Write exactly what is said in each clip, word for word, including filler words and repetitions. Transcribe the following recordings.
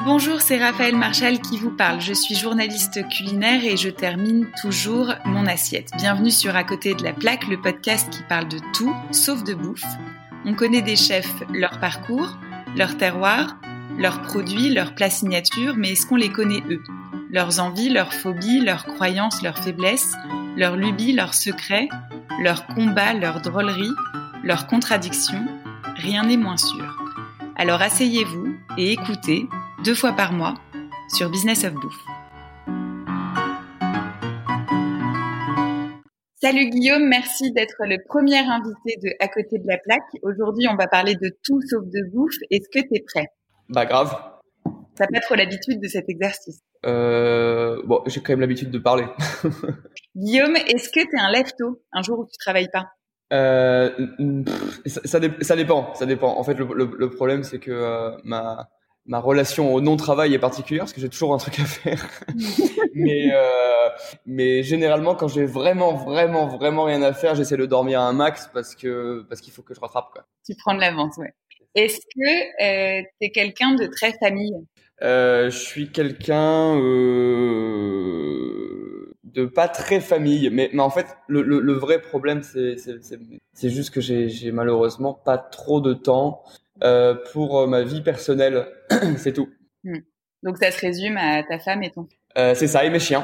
Bonjour, c'est Raphaël Marchal qui vous parle. Je suis journaliste culinaire et je termine toujours mon assiette. Bienvenue sur À côté de la plaque, le podcast qui parle de tout, sauf de bouffe. On connaît des chefs, leur parcours, leur terroir, leurs produits, leurs plats signature, mais est-ce qu'on les connaît eux ? Leurs envies, leurs phobies, leurs croyances, leurs faiblesses, leurs lubies, leurs secrets, leurs combats, leurs drôleries, leurs contradictions, rien n'est moins sûr. Alors asseyez-vous et écoutez, deux fois par mois, sur Business of Bouffe. Salut Guillaume, merci d'être le premier invité de À côté de la plaque. Aujourd'hui, on va parler de tout sauf de bouffe. Est-ce que tu es prêt ? Bah grave. T'as pas trop l'habitude de cet exercice. Euh, bon, j'ai quand même l'habitude de parler. Guillaume, est-ce que tu es un lève-tôt, un jour où tu travailles pas ? Euh, pff, ça, ça, dé- ça dépend, ça dépend. En fait, le, le, le problème, c'est que euh, ma ma relation au non-travail est particulière parce que j'ai toujours un truc à faire. mais euh, mais généralement, quand j'ai vraiment, vraiment, vraiment rien à faire, j'essaie de dormir un max parce que parce qu'il faut que je rattrape, quoi. Tu prends de l'avance, ouais. Est-ce que euh, tu es quelqu'un de très famille ? Euh, je suis quelqu'un euh, de pas très famille, mais mais en fait le le, le vrai problème c'est c'est c'est c'est juste que j'ai j'ai malheureusement pas trop de temps euh, pour ma vie personnelle, c'est tout. Hmm. Donc ça se résume à ta femme et ton fils. Euh, c'est ça et mes chiens.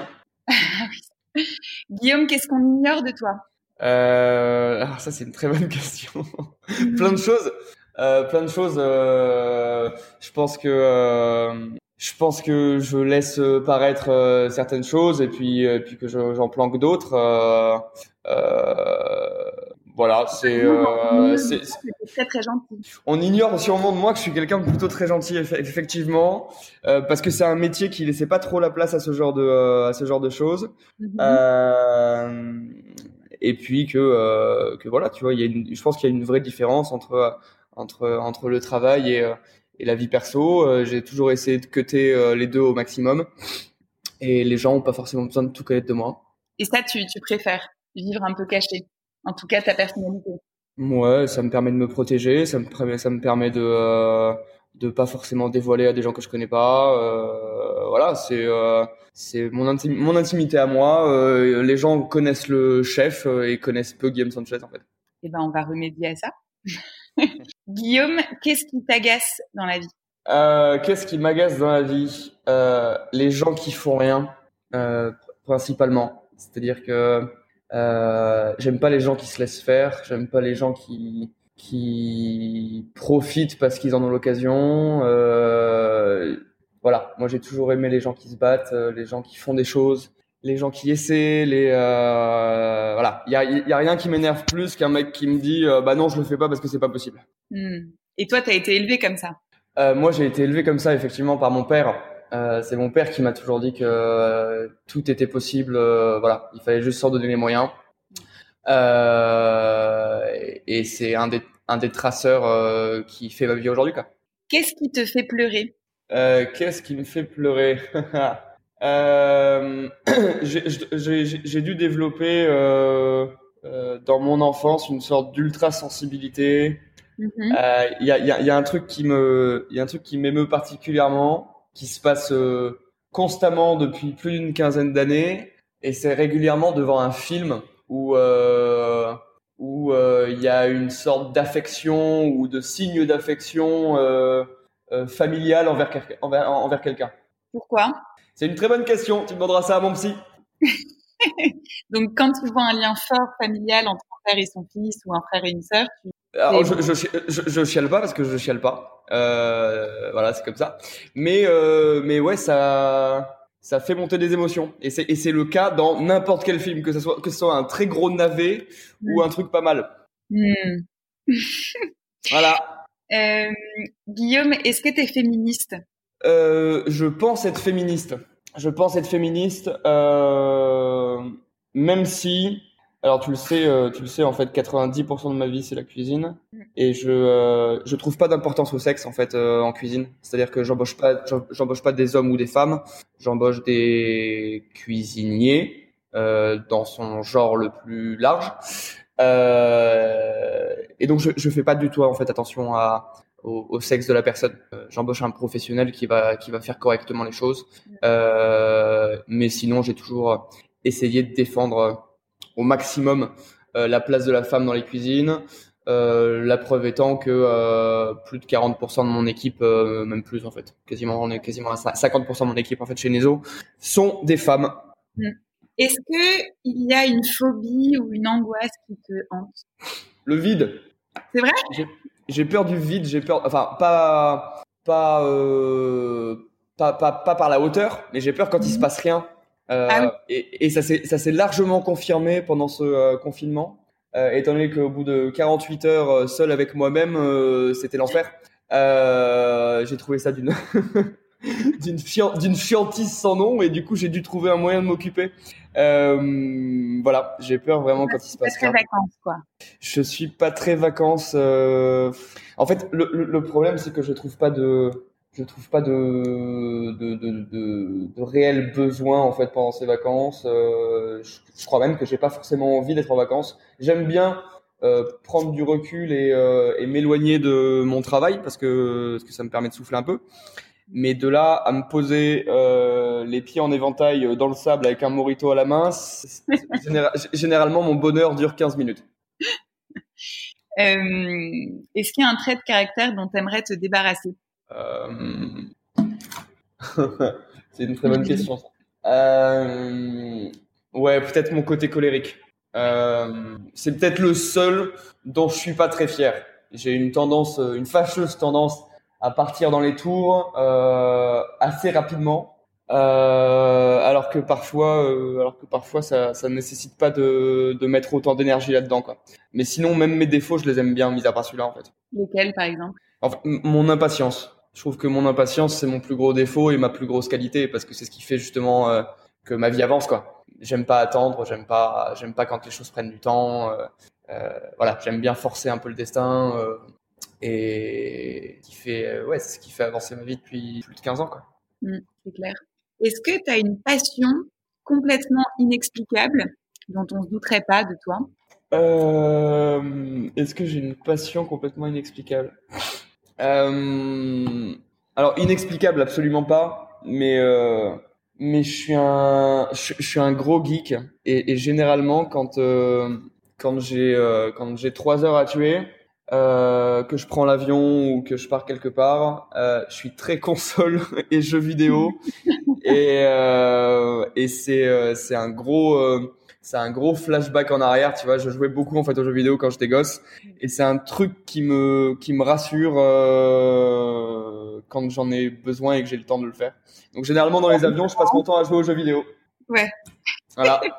Guillaume, qu'est-ce qu'on ignore de toi ? Euh, alors ça c'est une très bonne question. Plein de choses, euh, plein de choses. Euh, je pense que euh, je pense que je laisse paraître euh, certaines choses et puis et puis que je, j'en planque d'autres. Euh, euh, voilà, c'est, euh, c'est, c'est C'est très très gentil. on ignore sûrement de moi que je suis quelqu'un de plutôt très gentil, eff- effectivement, euh, parce que c'est un métier qui laissait pas trop la place à ce genre de euh, à ce genre de choses. Mm-hmm. Euh, et puis que euh, que voilà, tu vois, il y a une, je pense qu'il y a une vraie différence entre entre entre le travail et euh, et la vie perso. Euh, j'ai toujours essayé de cutter euh, les deux au maximum, et les gens ont pas forcément besoin de tout connaître de moi. Et ça, tu, tu préfères vivre un peu caché. En tout cas, ta personnalité. Ouais, ça me permet de me protéger, ça me permet, ça me permet de euh, de pas forcément dévoiler à des gens que je connais pas. Euh, voilà, c'est euh, c'est mon intim- mon intimité à moi. Euh, les gens connaissent le chef euh, et connaissent peu Guillaume Sanchez en fait. Eh ben, on va remédier à ça. Guillaume, qu'est-ce qui t'agace dans la vie ? Euh, qu'est-ce qui m'agace dans la vie? Euh, les gens qui font rien, euh, principalement. C'est-à-dire que euh, j'aime pas les gens qui se laissent faire, j'aime pas les gens qui qui profitent parce qu'ils en ont l'occasion. Euh, voilà, moi j'ai toujours aimé les gens qui se battent, euh, les gens qui font des choses, les gens qui essaient, les euh, voilà. Il y a, y a rien qui m'énerve plus qu'un mec qui me dit euh, bah non je le fais pas parce que c'est pas possible. Hmm. Et toi, t'as été élevé comme ça ? Euh, moi, j'ai été élevé comme ça, effectivement, par mon père. Euh, c'est mon père qui m'a toujours dit que euh, tout était possible. Euh, voilà, il fallait juste s'en donner les moyens. Euh, et, et c'est un des un des traceurs euh, qui fait ma vie aujourd'hui, quoi. Qu'est-ce qui te fait pleurer ? Euh, qu'est-ce qui me fait pleurer? euh, j'ai, j'ai, j'ai dû développer euh, euh, dans mon enfance une sorte d'ultra sensibilité. Il Mm-hmm. euh, y, a, y, a, y a un truc qui me, il y a un truc qui m'émeut particulièrement, qui se passe euh, constamment depuis plus d'une quinzaine d'années, et c'est régulièrement devant un film où euh, où il euh, y a une sorte d'affection ou de signe d'affection euh, euh, familiale envers envers, envers quelqu'un. Pourquoi ? C'est une très bonne question. Tu demanderas ça à mon psy. Donc, quand tu vois un lien fort familial entre un père et son fils ou un frère et une sœur, tu... Alors, je, je, je, je chiale pas parce que je chiale pas. Euh, voilà, c'est comme ça. Mais, euh, mais ouais, ça, ça fait monter des émotions. Et c'est, et c'est le cas dans n'importe quel film, que ce soit, que ce soit un très gros navet mmh. ou un truc pas mal. Mmh. Voilà. Euh, Guillaume, est-ce que t'es féministe ? euh, Je pense être féministe. Je pense être féministe, euh, même si... Alors tu le sais, euh, tu le sais en fait, quatre-vingt-dix pour cent de ma vie c'est la cuisine, et je euh, je trouve pas d'importance au sexe en fait euh, en cuisine. C'est-à-dire que j'embauche pas j'embauche pas des hommes ou des femmes, j'embauche des cuisiniers euh, dans son genre le plus large. Euh, et donc je je fais pas du tout en fait attention à au, au sexe de la personne. Euh, j'embauche un professionnel qui va qui va faire correctement les choses. Euh, mais sinon, j'ai toujours essayé de défendre au maximum euh, la place de la femme dans les cuisines. Euh, la preuve étant que euh, plus de quarante pour cent de mon équipe, euh, même plus en fait, quasiment on est quasiment à cinquante pour cent de mon équipe en fait chez Nezo sont des femmes. Mmh. Est-ce que il y a une phobie ou une angoisse qui te hante? Le vide. C'est vrai? J'ai, j'ai peur du vide, j'ai peur, enfin pas pas, euh, pas pas pas par la hauteur, mais j'ai peur quand il se passe rien. Euh, Ah oui. et, et ça s'est ça s'est largement confirmé pendant ce euh, confinement. Euh, étant donné qu'au bout de quarante-huit heures euh, seul avec moi-même, euh, c'était l'enfer. Euh, j'ai trouvé ça d'une d'une, fian- d'une fiantise sans nom et du coup j'ai dû trouver un moyen de m'occuper. Euh, voilà, j'ai peur vraiment quand il se Pas passe très rien. vacances, quoi. Je suis pas très vacances. Euh... En fait, le, le, le problème c'est que je trouve pas de je trouve pas de de, de, de, de réel besoin en fait pendant ces vacances. Euh, je, je crois même que j'ai pas forcément envie d'être en vacances. J'aime bien euh, prendre du recul et, euh, et m'éloigner de mon travail parce que parce que ça me permet de souffler un peu. Mais de là à me poser euh, les pieds en éventail dans le sable avec un mojito à la main, c'est- c'est- généra- généralement mon bonheur dure quinze minutes. Euh, est-ce qu'il y a un trait de caractère dont tu aimerais te débarrasser? Euh... C'est une très bonne question. Ça. Euh... Ouais, peut-être mon côté colérique. Euh... C'est peut-être le seul dont je suis pas très fier. J'ai une tendance, une fâcheuse tendance à partir dans les tours euh, assez rapidement. Euh, alors que parfois, euh, alors que parfois ça, ça ne nécessite pas de, de mettre autant d'énergie là-dedans, quoi. Mais sinon, même mes défauts, je les aime bien, mis à part celui-là, en fait. Lesquels, par exemple? En fait, m- mon impatience. Je trouve que mon impatience, c'est mon plus gros défaut et ma plus grosse qualité parce que c'est ce qui fait justement euh, que ma vie avance, quoi. J'aime pas attendre, j'aime pas, j'aime pas quand les choses prennent du temps. Euh, euh, voilà, j'aime bien forcer un peu le destin euh, et qui fait, euh, ouais, c'est ce qui fait avancer ma vie depuis plus de quinze ans, quoi. Mmh, c'est clair. Est-ce que tu as une passion complètement inexplicable dont on se douterait pas de toi? Euh, est-ce que j'ai une passion complètement inexplicable? Euh, alors inexplicable absolument pas, mais euh, mais je suis un je, je suis un gros geek et, et généralement quand euh, quand j'ai euh, quand j'ai trois heures à tuer, euh, que je prends l'avion ou que je pars quelque part, euh, je suis très console et jeux vidéo et euh, et c'est euh, c'est un gros euh, c'est un gros flashback en arrière, tu vois. Je jouais beaucoup en fait aux jeux vidéo quand j'étais gosse, et c'est un truc qui me qui me rassure euh, quand j'en ai besoin et que j'ai le temps de le faire. Donc généralement dans les avions, je passe mon temps à jouer aux jeux vidéo. Ouais. Voilà.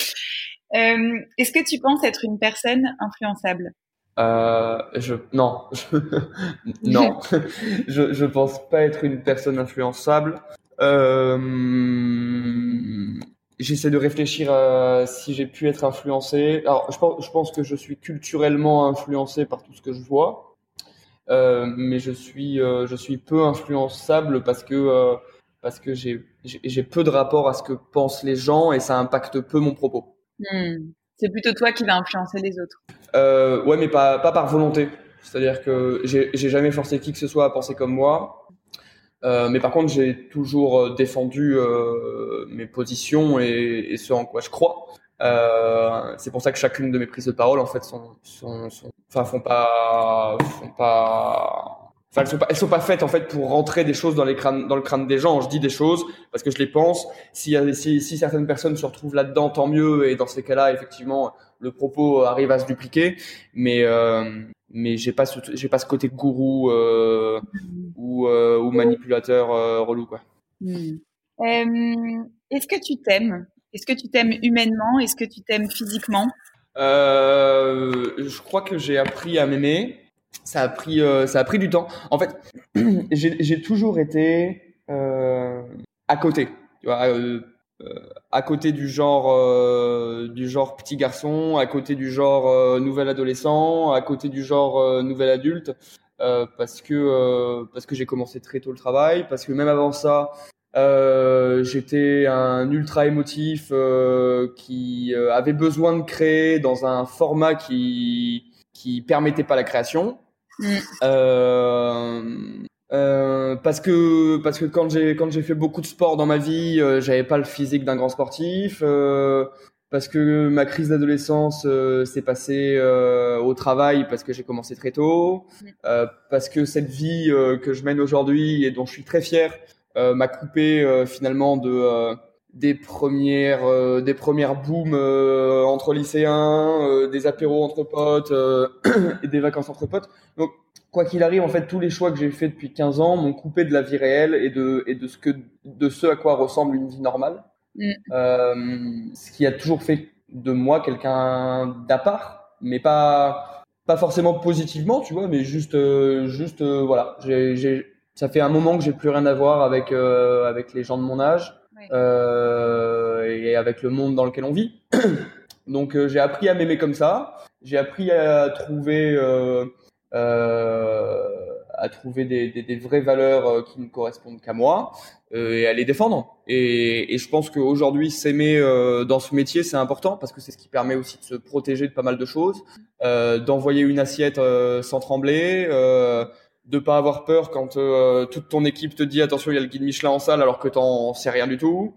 Euh, est-ce que tu penses être une personne influençable? Euh, je non, je, non, je je pense pas être une personne influençable. Euh, J'essaie de réfléchir à si j'ai pu être influencé. Alors, je pense, je pense que je suis culturellement influencé par tout ce que je vois, euh, mais je suis, euh, je suis peu influençable parce que, euh, parce que j'ai, j'ai j'ai peu de rapport à ce que pensent les gens et ça impacte peu mon propos. Hmm. C'est plutôt toi qui vas influencer les autres. Euh, ouais, mais pas, pas par volonté. C'est-à-dire que j'ai, j'ai jamais forcé qui que ce soit à penser comme moi. Euh, mais par contre, j'ai toujours euh, défendu euh, mes positions et, et ce en quoi je crois. Euh, c'est pour ça que chacune de mes prises de parole, en fait, sont, sont, sont enfin, font pas, font pas, enfin, elles sont pas, elles sont pas faites en fait pour rentrer des choses dans les crânes, dans le crâne des gens. Je dis des choses parce que je les pense. Si, si, si certaines personnes se retrouvent là-dedans, tant mieux. Et dans ces cas-là, effectivement, le propos arrive à se dupliquer. Mais, euh, mais j'ai pas ce, j'ai pas ce côté gourou. Euh, ou, euh, ou manipulateur euh, relou, quoi. Hmm. Euh, est-ce que tu t'aimes? Est-ce que tu t'aimes humainement? Est-ce que tu t'aimes physiquement? Euh, je crois que j'ai appris à m'aimer. Ça a pris, euh, ça a pris du temps. En fait, j'ai, j'ai toujours été euh, à côté. Tu vois, euh, euh, à côté du genre, euh, du genre petit garçon, à côté du genre euh, nouvel adolescent, à côté du genre euh, nouvel adulte, euh, parce que euh, parce que j'ai commencé très tôt le travail, parce que même avant ça, euh, j'étais un ultra émotif euh, qui euh, avait besoin de créer dans un format qui qui permettait pas la création. Mm. Euh, euh, parce que parce que quand j'ai quand j'ai fait beaucoup de sport dans ma vie, euh, j'avais pas le physique d'un grand sportif. Euh, parce que ma crise d'adolescence euh, s'est passée euh, au travail parce que j'ai commencé très tôt. Euh, parce que cette vie euh, que je mène aujourd'hui et dont je suis très fier euh, m'a coupé euh, finalement de euh, des premières euh, des premières booms euh, entre lycéens, euh, des apéros entre potes euh, et des vacances entre potes. Donc quoi qu'il arrive, en fait, tous les choix que j'ai faits depuis quinze ans m'ont coupé de la vie réelle et de et de ce que de ce à quoi ressemble une vie normale. Mm. Euh, ce qui a toujours fait de moi quelqu'un d'à part, mais pas pas forcément positivement, tu vois, mais juste euh, juste euh, voilà, j'ai j'ai ça fait un moment que j'ai plus rien à voir avec euh, avec les gens de mon âge Ouais. euh, et avec le monde dans lequel on vit. Donc euh, j'ai appris à m'aimer comme ça. J'ai appris à trouver euh, euh, à trouver des, des, des vraies valeurs euh, qui ne correspondent qu'à moi euh, et à les défendre. Et, et je pense qu'aujourd'hui s'aimer euh, dans ce métier c'est important parce que c'est ce qui permet aussi de se protéger de pas mal de choses, euh, d'envoyer une assiette euh, sans trembler. Euh, de pas avoir peur quand euh, toute ton équipe te dit attention il y a le guide Michelin en salle alors que t'en sais rien du tout.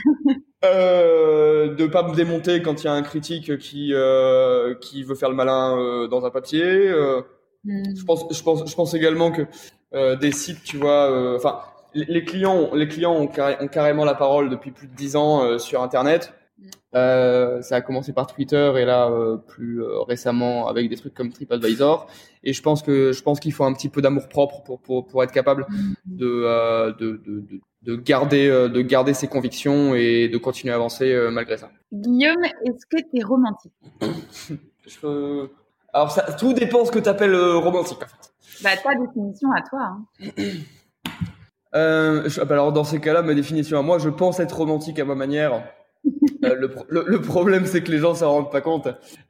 Euh, de pas me démonter quand il y a un critique qui euh, qui veut faire le malin euh, dans un papier. Euh, Mm. je pense, je pense, je pense également que euh, des sites, tu vois, enfin, euh, les, les clients, les clients ont, carré, ont carrément la parole depuis plus de dix ans euh, sur Internet. Euh, ça a commencé par Twitter et là euh, plus euh, récemment avec des trucs comme TripAdvisor. Et je pense que je pense qu'il faut un petit peu d'amour propre pour pour pour être capable de euh, de, de de de garder euh, de garder ses convictions et de continuer à avancer euh, malgré ça. Guillaume, est-ce que tu es romantique? Je... Alors ça, tout dépend ce que tu appelles euh, romantique. En fait. Bah ta définition à toi. Hein. Euh, je, alors dans ces cas-là, ma définition à moi, je pense être romantique à ma manière. Euh, le, le, le problème, c'est que les gens s'en rendent pas compte.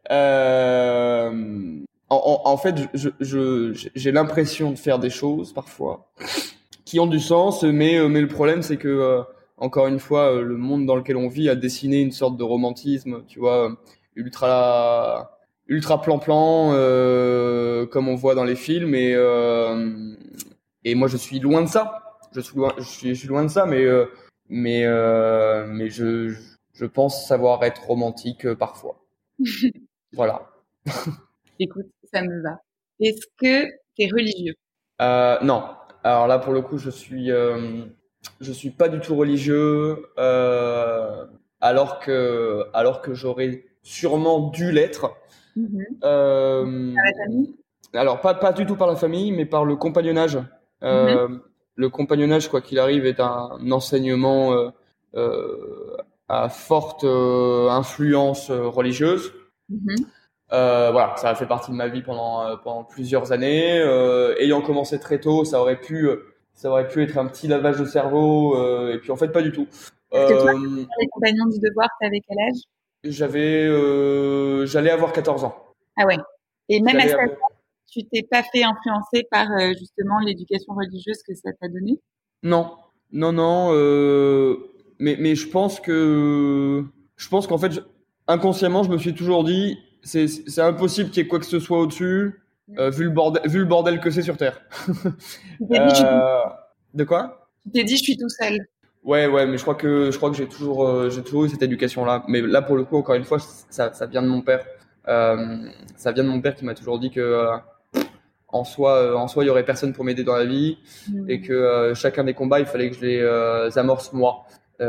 Euh, en, en, en fait, je, je, j'ai l'impression de faire des choses parfois qui ont du sens, mais, mais le problème, c'est que euh, encore une fois, le monde dans lequel on vit a dessiné une sorte de romantisme, tu vois, ultra, ultra plan-plan, euh, comme on voit dans les films, et euh, et moi, je suis loin de ça. Je suis loin, je suis, je suis loin de ça, mais euh, mais euh, mais je je pense savoir être romantique euh, parfois. Voilà. Écoute, ça me va. Est-ce que tu es religieux? Euh, non. Alors là, pour le coup, je suis euh, je suis pas du tout religieux, euh, alors que alors que j'aurais sûrement dû l'être. Mm-hmm. Euh, Par la famille? alors pas pas du tout par la famille, mais par le compagnonnage. Mm-hmm. Euh, le compagnonnage, quoi qu'il arrive, est un enseignement euh, euh, à forte euh, influence euh, religieuse. Mm-hmm. Euh, voilà, ça a fait partie de ma vie pendant euh, pendant plusieurs années. Euh, ayant commencé très tôt, ça aurait pu euh, ça aurait pu être un petit lavage de cerveau, euh, et puis en fait pas du tout. Est-ce que toi, Euh, les compagnons du devoir, t'avais quel âge? j'avais euh, j'allais avoir quatorze ans. Ah ouais. Et même à J'allais ça, avoir... tu t'es pas fait influencer par euh, justement l'éducation religieuse que ça t'a donné? Non, non, non. Euh, mais mais je pense que je pense qu'en fait je- inconsciemment je me suis toujours dit c'est c'est impossible qu'il y ait quoi que ce soit au-dessus, euh, vu le bordel vu le bordel que c'est sur Terre. Tu t'es dit, je suis tout, Euh, de quoi? tu t'es dit, je suis tout seul. Ouais, ouais, mais je crois que je crois que j'ai toujours euh, j'ai toujours eu cette éducation-là. Mais là, pour le coup, encore une fois, ça ça vient de mon père. Euh, ça vient de mon père qui m'a toujours dit que euh, en soi, euh, en soi, il y aurait personne pour m'aider dans la vie Mm. et que euh, chacun des combats, il fallait que je les euh, amorce moi.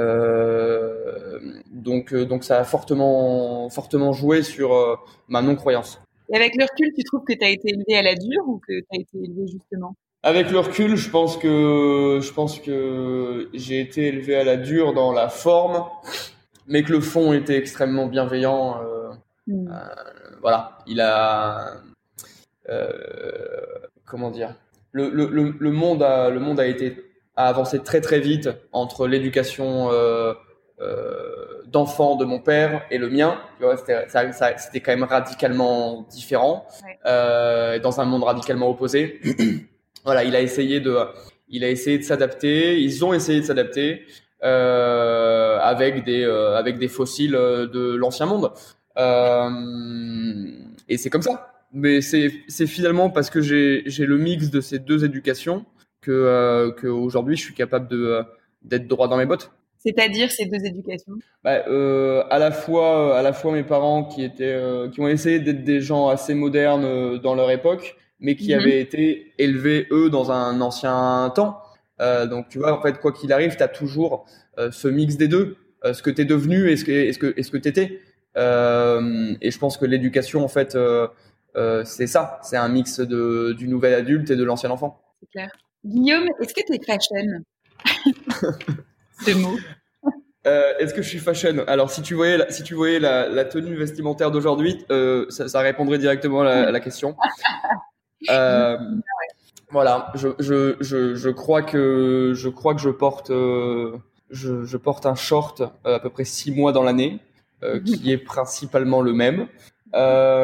Euh, donc euh, donc ça a fortement fortement joué sur euh, ma non-croyance. Et avec le recul, tu trouves que tu as été élevé à la dure ou que tu as été élevé justement? Avec le recul, je pense que je pense que j'ai été élevé à la dure dans la forme, mais que le fond était extrêmement bienveillant. Euh, Mm. euh, voilà, il a euh, comment dire, le, le, le, le monde a le monde a été a avancé très très vite entre l'éducation euh, euh, d'enfant de mon père et le mien. Tu vois, c'était ça, ça, c'était quand même radicalement différent, Ouais. euh, dans un monde radicalement opposé. Voilà, il a essayé de, il a essayé de s'adapter. Ils ont essayé de s'adapter euh, avec des, euh, avec des fossiles de l'ancien monde. Euh, et c'est comme ça. Mais c'est, c'est finalement parce que j'ai, j'ai le mix de ces deux éducations que, euh, que aujourd'hui je suis capable de, euh, d'être droit dans mes bottes. C'est-à-dire ces deux éducations? Bah, euh, à la fois, à la fois mes parents qui étaient, euh, qui ont essayé d'être des gens assez modernes euh, dans leur époque, mais qui Mhm. avaient été élevés eux dans un ancien temps. Euh, donc tu vois, en fait, quoi qu'il arrive, t'as toujours euh, ce mix des deux, euh, ce que t'es devenu et ce que, et ce que, et ce que t'étais. Euh, et je pense que l'éducation, en fait, euh, euh, c'est ça, c'est un mix de du nouvel adulte et de l'ancien enfant. C'est clair. Guillaume, est-ce que tu es fashion? Ce mot. Euh, est-ce que je suis fashion? Alors, si tu voyais la, si tu voyais la, la tenue vestimentaire d'aujourd'hui, euh, ça, ça répondrait directement à la, à la question. Euh, voilà, je, je, je, je crois que je crois que je porte euh, je, je porte un short euh, à peu près six mois dans l'année, euh, qui est principalement le même. Euh,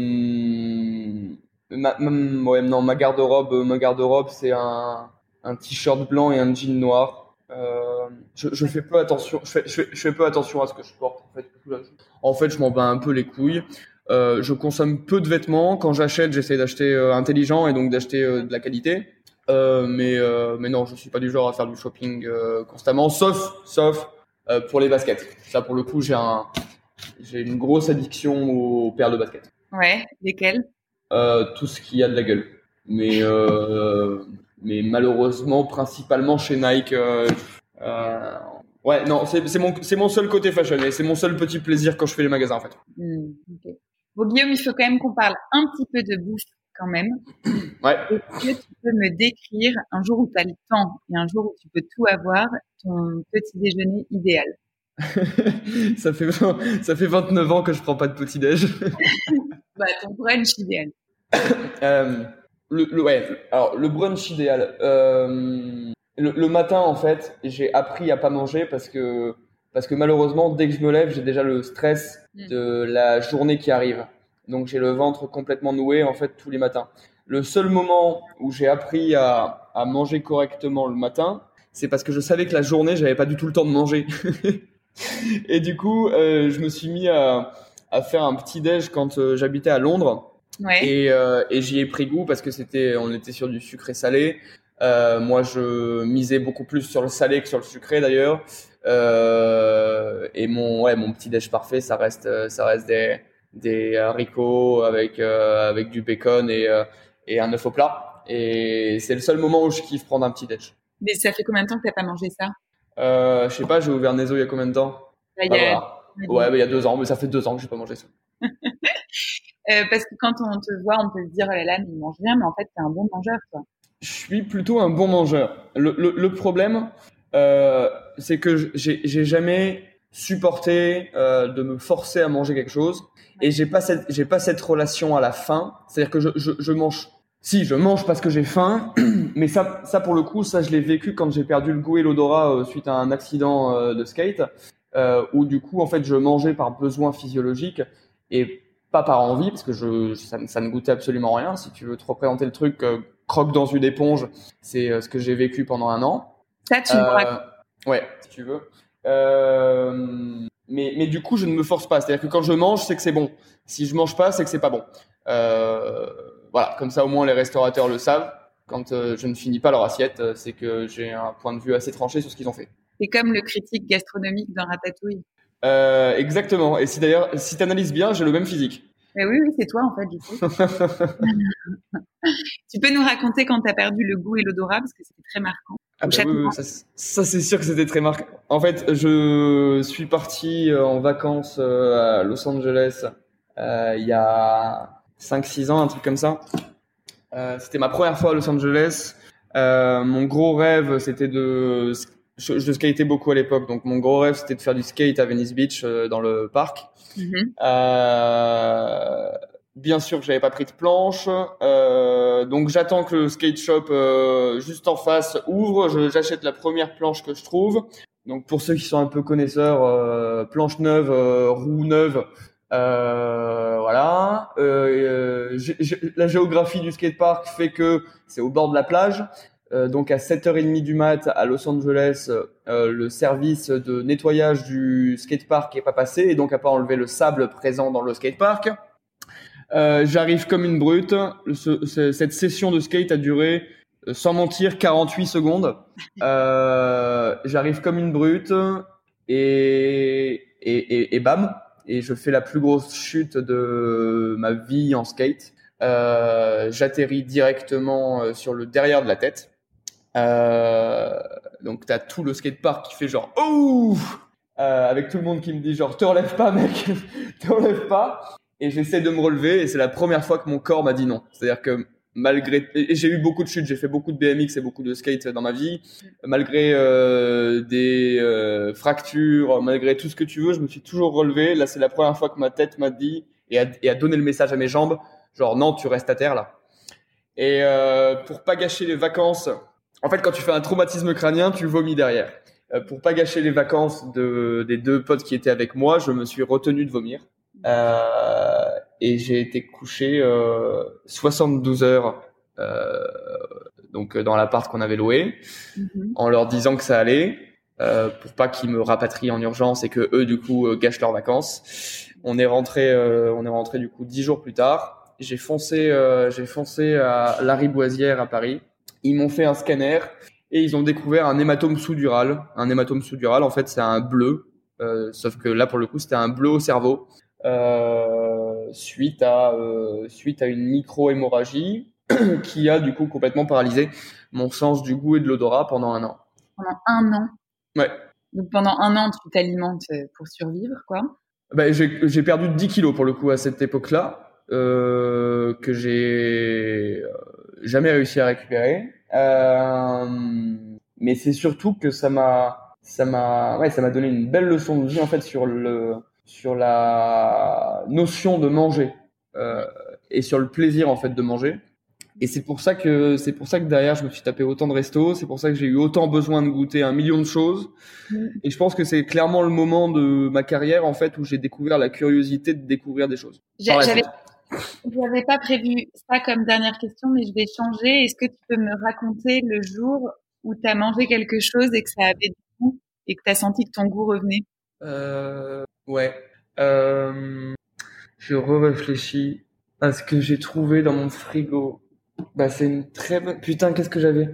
ma, ma- ouais, non, ma garde-robe, ma garde-robe, c'est un, un t-shirt blanc et un jean noir. Euh, je, je fais peu attention, je fais, je fais, je fais peu attention à ce que je porte. En fait, en fait, je m'en bats un peu les couilles. Euh, je consomme peu de vêtements. Quand j'achète, j'essaie d'acheter euh, intelligent et donc d'acheter euh, de la qualité. Euh, mais euh, mais non, je suis pas du genre à faire du shopping euh, constamment, sauf sauf euh, pour les baskets. Ça, pour le coup, j'ai un j'ai une grosse addiction aux paires de baskets. Ouais, lesquels? Euh, tout ce qui a de la gueule. Mais euh, mais malheureusement, principalement chez Nike. Euh, euh, ouais, non, c'est c'est mon c'est mon seul côté fashion et c'est mon seul petit plaisir quand je fais les magasins en fait. Hmm, ok. Bon, Guillaume, il faut quand même qu'on parle un petit peu de bouffe quand même. Ouais. Est-ce que tu peux me décrire un jour où tu as le temps et un jour où tu peux tout avoir, ton petit déjeuner idéal? ça fait ça fait vingt-neuf ans que je prends pas de petit déj. Bah, ton brunch idéal. Euh, le, le- ouais, alors le brunch idéal. Euh, le, le matin, en fait, j'ai appris à pas manger parce que parce que malheureusement, dès que je me lève, j'ai déjà le stress Mm. de la journée qui arrive. Donc j'ai le ventre complètement noué en fait tous les matins. Le seul moment où j'ai appris à, à manger correctement le matin, c'est parce que je savais que la journée, j'avais pas du tout le temps de manger. Et du coup, euh, je me suis mis à, à faire un petit déj quand euh, j'habitais à Londres. Ouais. Et, euh, et j'y ai pris goût parce que c'était, on était sur du sucré salé. Euh, moi, je misais beaucoup plus sur le salé que sur le sucré d'ailleurs. Euh, et mon, ouais, mon petit déj parfait, ça reste, euh, ça reste des, des haricots avec, euh, avec du bacon et, euh, et un œuf au plat. Et c'est le seul moment où je kiffe prendre un petit déj. Mais ça fait combien de temps que t'as pas mangé ça? Euh, je sais pas, j'ai ouvert Nezo il y a combien de temps? Là, il y Bah a... voilà. Ouais, bah, il y a deux ans, mais ça fait deux ans que j'ai pas mangé ça. Euh, parce que quand on te voit, on peut se dire, oh là là, mais il mange rien, mais en fait, t'es un bon mangeur, toi. Je suis plutôt un bon mangeur. Le, le, le problème, euh, c'est que j'ai j'ai jamais supporté euh, de me forcer à manger quelque chose et j'ai pas cette j'ai pas cette relation à la faim. C'est-à-dire que je, je, je mange. Si, je mange parce que j'ai faim, mais ça, ça pour le coup, ça je l'ai vécu quand j'ai perdu le goût et l'odorat euh, suite à un accident euh, de skate, euh, où du coup en fait je mangeais par besoin physiologique et pas par envie, parce que je, ça, ça ne goûtait absolument rien. Si tu veux te représenter le truc, euh, croque dans une éponge, c'est euh, ce que j'ai vécu pendant un an. Ça, tu me Euh, racontes. ouais, si tu veux. Euh, mais, mais du coup, je ne me force pas. C'est-à-dire que quand je mange, c'est que c'est bon. Si je mange pas, c'est que c'est pas bon. Euh, voilà, comme ça au moins les restaurateurs le savent. Quand euh, je ne finis pas leur assiette, euh, c'est que j'ai un point de vue assez tranché sur ce qu'ils ont fait. C'est comme le critique gastronomique dans Ratatouille. Euh, exactement. Et si d'ailleurs, si tu analyses bien, j'ai le même physique. Mais oui, oui, c'est toi, en fait, du coup. Tu peux nous raconter quand t'as perdu le goût et l'odorat, parce que c'était très marquant. Ah Au bah château. oui, oui, ça, ça c'est sûr que c'était très marquant. En fait, je suis parti euh, en vacances euh, à Los Angeles euh, il y a cinq six ans, un truc comme ça. Euh, c'était ma première fois à Los Angeles. Euh, mon gros rêve, c'était de... Je, je skatais beaucoup à l'époque, donc mon gros rêve, c'était de faire du skate à Venice Beach, euh, dans le parc. Mhm. Euh, bien sûr que j'avais pas pris de planche, euh, donc j'attends que le skate shop euh, juste en face ouvre. Je, j'achète la première planche que je trouve. Donc pour ceux qui sont un peu connaisseurs, euh, planche neuve, euh, roue neuve, euh, voilà. Euh, j'ai, j'ai, la géographie du skatepark fait que c'est au bord de la plage. Euh, donc à sept heures trente du mat à Los Angeles, euh, le service de nettoyage du skatepark est pas passé et donc a pas enlevé le sable présent dans le skatepark. Euh, j'arrive comme une brute. Ce, ce, cette session de skate a duré, euh, sans mentir, quarante-huit secondes. Euh, j'arrive comme une brute et, et, et, et bam. Et je fais la plus grosse chute de ma vie en skate. Euh, j'atterris directement sur le derrière de la tête. Euh, donc t'as tout le skatepark qui fait genre oh euh, avec tout le monde qui me dit genre te relève pas mec, te relève pas. Et j'essaie de me relever et c'est la première fois que mon corps m'a dit non. C'est-à-dire que malgré et j'ai eu beaucoup de chutes, j'ai fait beaucoup de B M X et beaucoup de skate dans ma vie, malgré euh, des euh, fractures, malgré tout ce que tu veux, je me suis toujours relevé. Là c'est la première fois que ma tête m'a dit et a, et a donné le message à mes jambes genre non tu restes à terre là. Et euh, pour pas gâcher les vacances, en fait quand tu fais un traumatisme crânien tu vomis derrière. Euh, pour pas gâcher les vacances de des deux potes qui étaient avec moi, je me suis retenu de vomir. Euh, et j'ai été couché euh, soixante-douze heures euh, donc dans l'appart qu'on avait loué, mm-hmm. en leur disant que ça allait, euh, pour pas qu'ils me rapatrient en urgence et que eux du coup euh, gâchent leurs vacances. On est rentré, euh, on est rentré du coup dix jours plus tard. J'ai foncé, euh, j'ai foncé à Lariboisière à Paris. Ils m'ont fait un scanner et ils ont découvert un hématome sous-dural. Un hématome sous-dural, en fait, c'est un bleu, euh, sauf que là pour le coup c'était un bleu au cerveau. Euh, suite à euh, suite à une micro-hémorragie qui a du coup complètement paralysé mon sens du goût et de l'odorat pendant un an. Pendant un an. Ouais. Donc pendant un an, tu t'alimentes pour survivre, quoi. Ben, j'ai, j'ai perdu dix kilos pour le coup à cette époque-là, euh, que j'ai jamais réussi à récupérer. Euh, mais c'est surtout que ça m'a, ça m'a, ouais, ça m'a donné une belle leçon de vie en fait sur le sur la notion de manger euh, et sur le plaisir en fait de manger. Et c'est pour ça que c'est pour ça que derrière je me suis tapé autant de restos, c'est pour ça que j'ai eu autant besoin de goûter un million de choses. Et je pense que c'est clairement le moment de ma carrière en fait où j'ai découvert la curiosité de découvrir des choses. J'avais, j'avais pas prévu ça comme dernière question, mais je vais changer. Est-ce que tu peux me raconter le jour où tu as mangé quelque chose et que ça avait du goût et que tu as senti que ton goût revenait? Euh, ouais. Euh, je re-réfléchis à ce que j'ai trouvé dans mon frigo. Bah, c'est une très bonne... Putain, qu'est-ce que j'avais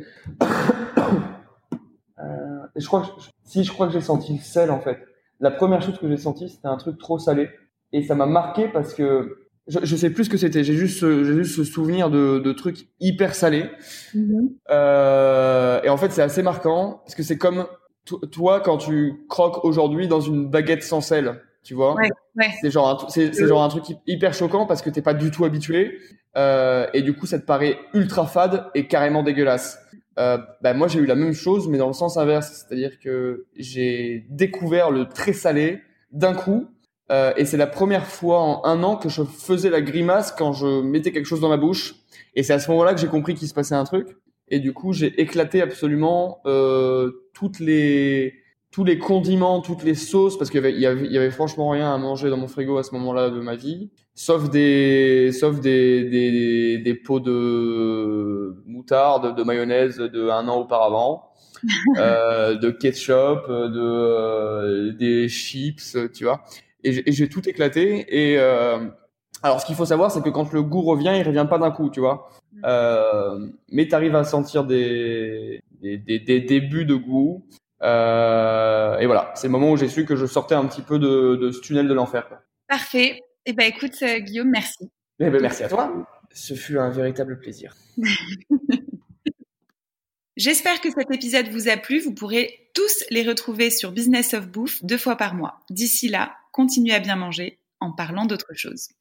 euh, je crois que je... Si, je crois que j'ai senti le sel, en fait. La première chose que j'ai senti, c'était un truc trop salé. Et ça m'a marqué parce que... Je, je sais plus ce que c'était. J'ai juste, j'ai juste ce souvenir de, de trucs hyper salés. Mm-hmm. Euh, et en fait, c'est assez marquant parce que c'est comme... Toi, quand tu croques aujourd'hui dans une baguette sans sel, tu vois, ouais, ouais. c'est genre un, c'est, c'est genre un truc hyper choquant parce que t'es pas du tout habitué euh, et du coup ça te paraît ultra fade et carrément dégueulasse. Euh, bah moi j'ai eu la même chose mais dans le sens inverse, c'est-à-dire que j'ai découvert le très salé d'un coup euh, et c'est la première fois en un an que je faisais la grimace quand je mettais quelque chose dans ma bouche et c'est à ce moment-là que j'ai compris qu'il se passait un truc. Et du coup, j'ai éclaté absolument euh, toutes les tous les condiments, toutes les sauces, parce qu'il y avait, il y avait, il y avait franchement rien à manger dans mon frigo à ce moment-là de ma vie, sauf des sauf des des, des pots de moutarde, de mayonnaise de un an auparavant, euh, de ketchup, de euh, des chips, tu vois. Et j'ai, et j'ai tout éclaté. Et euh, alors, ce qu'il faut savoir, c'est que quand le goût revient, il revient pas d'un coup, tu vois. Euh, mais tu arrives à sentir des, des, des, des débuts de goût. Euh, et voilà, c'est le moment où j'ai su que je sortais un petit peu de, de ce tunnel de l'enfer, quoi. Parfait. Eh ben, écoute, euh, Guillaume, merci. Eh ben, merci à toi. Ce fut un véritable plaisir. J'espère que cet épisode vous a plu. Vous pourrez tous les retrouver sur Business of Bouffe deux fois par mois. D'ici là, continuez à bien manger en parlant d'autre chose.